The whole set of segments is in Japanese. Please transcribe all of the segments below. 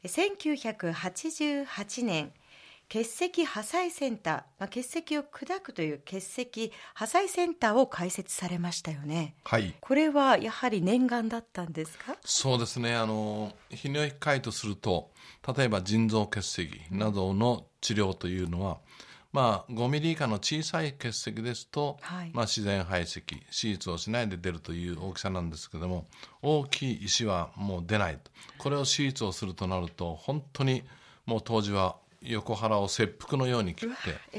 1988年、結石破砕センター、結石を砕くという結石破砕センターを開設されましたよね。 はい。 これはやはり念願だったんですか？ そうですね。泌尿器科医とすると、例えば腎臓結石などの治療というのは、5ミリ以下の小さい結石ですと、自然排斥、手術をしないで出るという大きさなんですけども、大きい石はもう出ないと。これを手術をするとなると、本当にもう当時は横腹を切腹のように切って、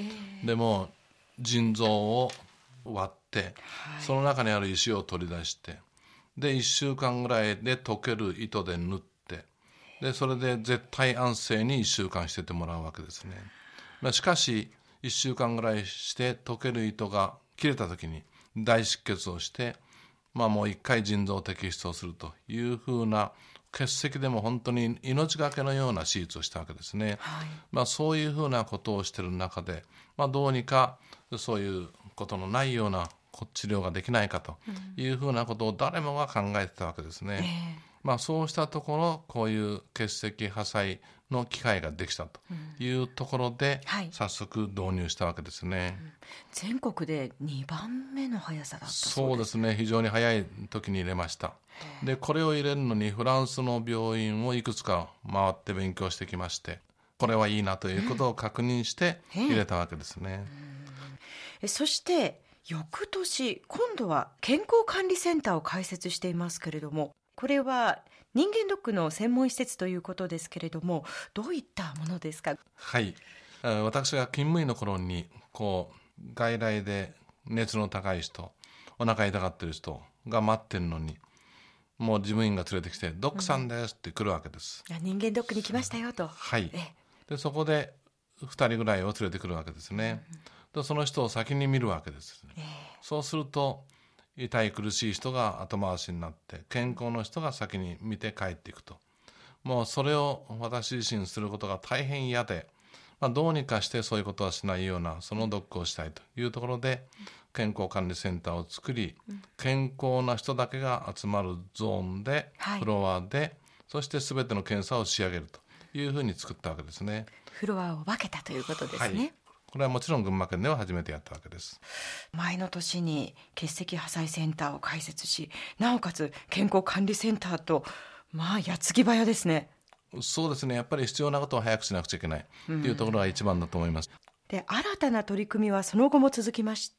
でも腎臓を割って、その中にある石を取り出して、で1週間ぐらいで溶ける糸で縫って、でそれで絶対安静に1週間しててもらうわけですね。しかし1週間ぐらいして溶ける糸が切れた時に大出血をして、もう一回腎臓摘出をするというふうな、結石でも本当に命がけのような手術をしたわけですね。そういうふうなことをしている中で、どうにかそういうことのないような治療ができないかというふうなことを誰もが考えてたわけですね。そうしたところ、こういう結石破砕の機械ができたというところで、早速導入したわけですね。 全国で2番目の速さだったそうです。 そうですね。非常に早い時に入れました。でこれを入れるのにフランスの病院をいくつか回って勉強してきまして、これはいいなということを確認して入れたわけですね。 そして翌年、今度は健康管理センターを開設していますけれども、これは人間ドックの専門施設ということですけれども、どういったものですか？ はい。私が勤務医の頃に外来で熱の高い人、お腹痛がっている人が待ってるのに、もう事務員が連れてきて、ドックさんですって来るわけです。 人間ドックに来ましたよと。 はい。でそこで2人ぐらいを連れてくるわけですね。でその人を先に見るわけです。そうすると痛い苦しい人が後回しになって、健康の人が先に見て帰っていくと。もうそれを私自身することが大変嫌で、どうにかしてそういうことはしないようなそのドックをしたいというところで、健康管理センターを作り、健康な人だけが集まるゾーンで、フロアで、そして全ての検査を仕上げるというふうに作ったわけですね。 フロアを分けたということですね。 これはもちろん群馬県では初めてやったわけです。 前の年に結石破砕センターを開設し、なおかつ健康管理センターと、矢継ぎ早ですね。 そうですね。やっぱり必要なことを早くしなくちゃいけないというところが一番だと思います。 で、新たな取り組みはその後も続きまして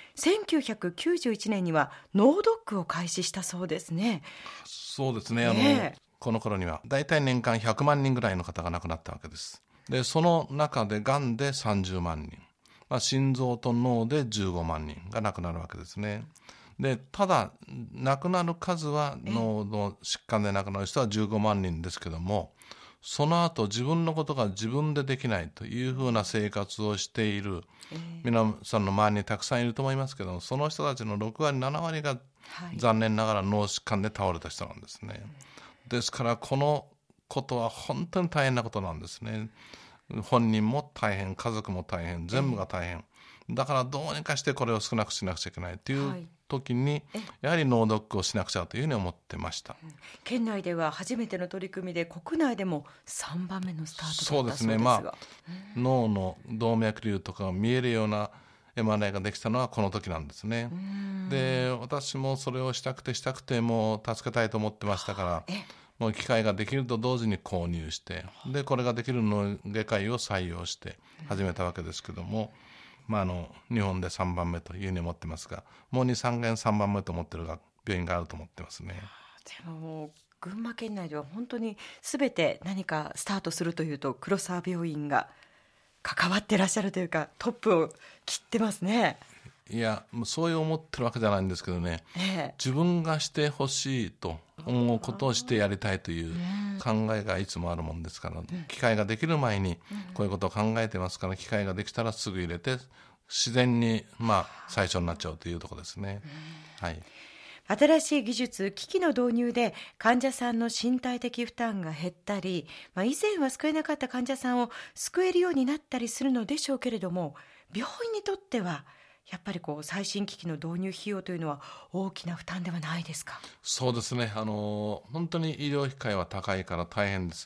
、1991年には脳ドックを開始したそうですね。 そうですね。この頃にはだいたい年間100万人ぐらいの方が亡くなったわけです。でその中でがんで30万人、心臓と脳で15万人が亡くなるわけですね。でただ亡くなる数は脳の疾患で亡くなる人は15万人ですけども、その後自分のことが自分でできないというふうな生活をしている皆さんの周りにたくさんいると思いますけども、その人たちの6割7割が残念ながら脳疾患で倒れた人なんですね。ですからこのことは本当に大変なことなんですね。本人も大変、家族も大変、全部が大変。だからどうにかしてこれを少なくしなくちゃいけないという時に、やはり脳ドックをしなくちゃというふうに思ってました。 県内では初めての取り組みで、国内でも3番目のスタートだったそうですが。 そうですね。脳の動脈瘤とかが見えるようなMRI ができたのはこの時なんですね。で私もそれをしたくてもう助けたいと思ってましたから、もう機械ができると同時に購入して、でこれができる脳外科医を採用して始めたわけですけども、日本で3番目というふうに思ってますが、もう 2,3 軒3番目と思っている病院があると思ってますね。 でも群馬県内では本当に全て何かスタートするというと黒沢病院が関わってらっしゃるというか、トップを切ってますね。 いやそういう思ってるわけじゃないんですけどね、自分がしてほしいと思うことをしてやりたいという考えがいつもあるもんですから、機械ができる前にこういうことを考えてますから、機械ができたらすぐ入れて自然に最初になっちゃうというところですね。 新しい技術、機器の導入で患者さんの身体的負担が減ったり、以前は救えなかった患者さんを救えるようになったりするのでしょうけれども、病院にとってはやっぱり最新機器の導入費用というのは大きな負担ではないですか？ そうですね。本当に医療費は高いから大変です。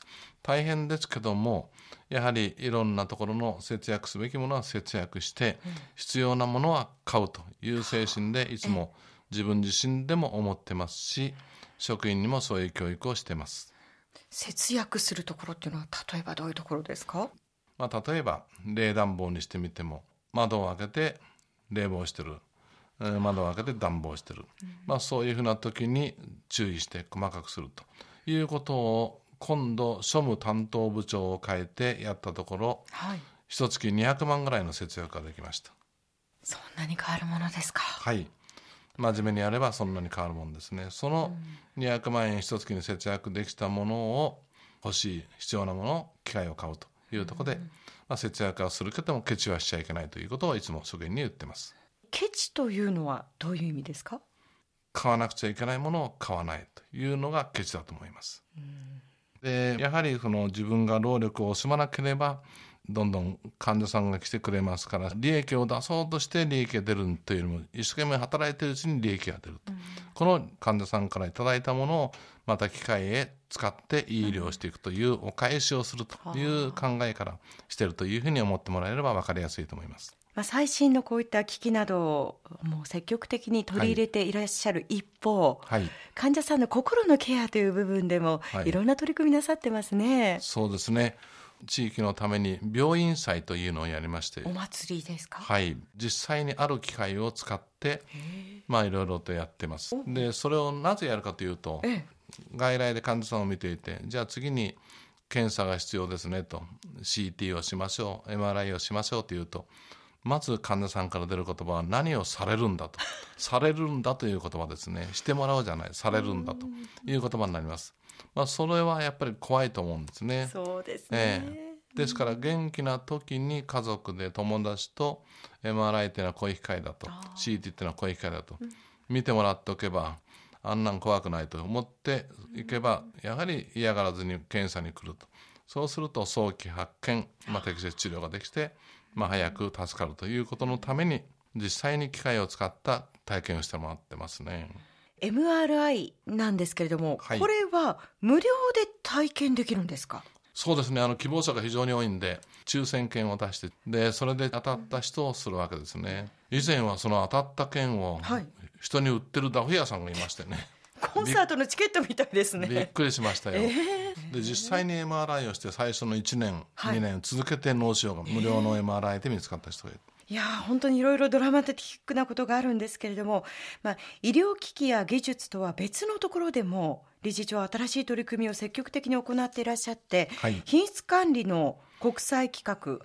大変ですけども、やはりいろんなところの節約すべきものは節約して、必要なものは買うという精神でいつも自分自身でも思ってますし、職員にもそういう教育をしてます。 節約するところっていうのは例えばどういうところですか？ 例えば冷暖房にしてみても、窓を開けて冷房してる、窓を開けて暖房してる、そういうふうな時に注意して細かくするということを今度庶務担当部長を変えてやったところ、一月200万ぐらいの節約ができました。 そんなに変わるものですか？ はい、真面目にやればそんなに変わるものですね。その200万円一月に節約できたものを、欲しい必要なもの、機械を買うというところで、節約はするけどもケチはしちゃいけないということをいつも職員に言ってます。 ケチというのはどういう意味ですか？ 買わなくちゃいけないものを買わないというのがケチだと思います。でやはりその自分が労力を惜しまなければどんどん患者さんが来てくれますから、利益を出そうとして利益が出るというよりも一生懸命働いているうちに利益が出ると、この患者さんからいただいたものをまた機械へ使っていい医療をしていくというお返しをするという考えからしているというふうに思ってもらえれば分かりやすいと思います。 最新のこういった機器などをもう積極的に取り入れていらっしゃる一方、患者さんの心のケアという部分でもいろんな取り組みなさってますね。 そうですね。地域のために病院祭というのをやりまして。 お祭りですか？ はい、実際にある機械を使っていろいろとやってます。でそれをなぜやるかというと、外来で患者さんを見ていて、じゃあ次に検査が必要ですねと、 CT をしましょう、 MRI をしましょうというと、まず患者さんから出る言葉は何をされるんだとされるんだという言葉ですね。してもらうじゃない、されるんだという言葉になります。それはやっぱり怖いと思うんですね。 そうですね。 ですから元気な時に家族で友達と MRI っていうのはこういう機械だと、 CT っていうのはこういう機械だと見てもらっておけば、あんなん怖くないと思っていけば、やはり嫌がらずに検査に来ると。そうすると早期発見、適切治療ができて、早く助かるということのために実際に機械を使った体験をしてもらってますね。 MRI なんですけれども、これは無料で体験できるんですか？ そうですね。希望者が非常に多いんで抽選券を出して、でそれで当たった人をするわけですね。以前はその当たった券を人に売ってるダフ屋さんがいましてね、 コンサートのチケットみたいですね。 びっくりしましたよ。で実際に MRI をして最初の1年、2年続けて脳腫瘍が無料の MRI で見つかった人がいる。 いや本当にいろいろドラマティックなことがあるんですけれども、医療機器や技術とは別のところでも理事長は新しい取り組みを積極的に行っていらっしゃって、品質管理の国際規格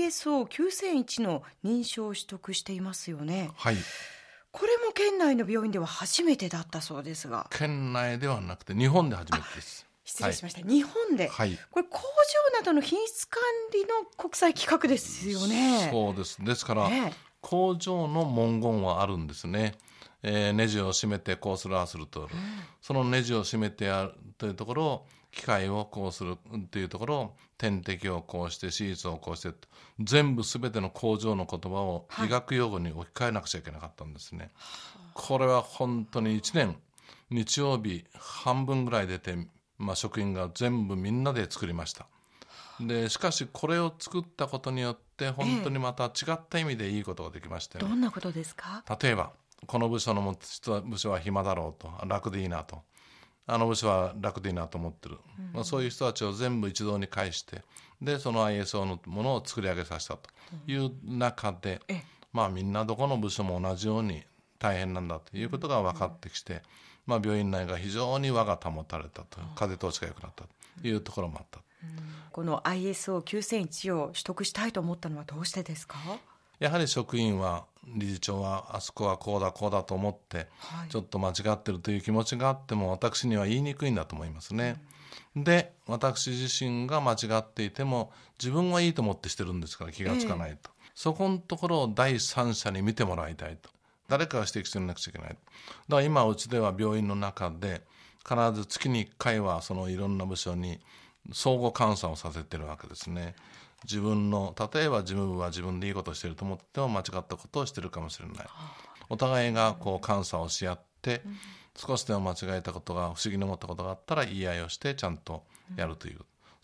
ISO9001 の認証を取得していますよね。これも県内の病院では初めてだったそうですが。 県内ではなくて日本で初めてです。 失礼しました、日本で、これ工場などの品質管理の国際規格ですよね。 そうです。ですから、工場の文言はあるんですね。ネジを締めてこうするああすると、そのネジを締めてやるというところを、機械をこうするというところを、点滴をこうして手術をこうして、全部全ての工場の言葉を医学用語に置き換えなくちゃいけなかったんですね。これは本当に1年日曜日半分ぐらい出て、職員が全部みんなで作りました。でしかしこれを作ったことによって本当にまた違った意味でいいことができましたよ。 どんなことですか？ 例えばこの部署の部署は暇だろうと、楽でいいなと、あの部署は楽でいいなと思ってる、そういう人たちを全部一堂に会して、でその ISO のものを作り上げさせたという中で、みんなどこの部署も同じように大変なんだということが分かってきて、病院内が非常に輪が保たれたと、風通しが良くなったというところもあった。 この ISO9001 を取得したいと思ったのはどうしてですか？ やはり職員は、理事長はあそこはこうだこうだと思って、ちょっと間違ってるという気持ちがあっても私には言いにくいんだと思いますね。で私自身が間違っていても自分はいいと思ってしてるんですから気がつかないと、そこのところを第三者に見てもらいたいと、誰かが指摘してなくちゃいけない。だから今うちでは病院の中で必ず月に1回はそのいろんな部署に相互監査をさせてるわけですね。自分の例えば事務部は自分でいいことをしていると思っても間違ったことをしているかもしれない。お互いがこう監査をし合って、少しでも間違えたことが不思議に思ったことがあったら言い合いをしてちゃんとやるという、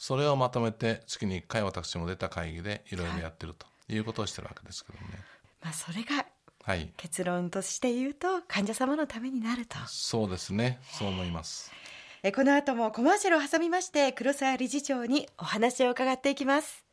それをまとめて月に1回私も出た会議でいろいろやってるということをしてるわけですけどもね。 それがはい、 結論として言うと患者様のためになると。 そうですね、そう思います。 この後もコマーシャルを挟みまして黒沢理事長にお話を伺っていきます。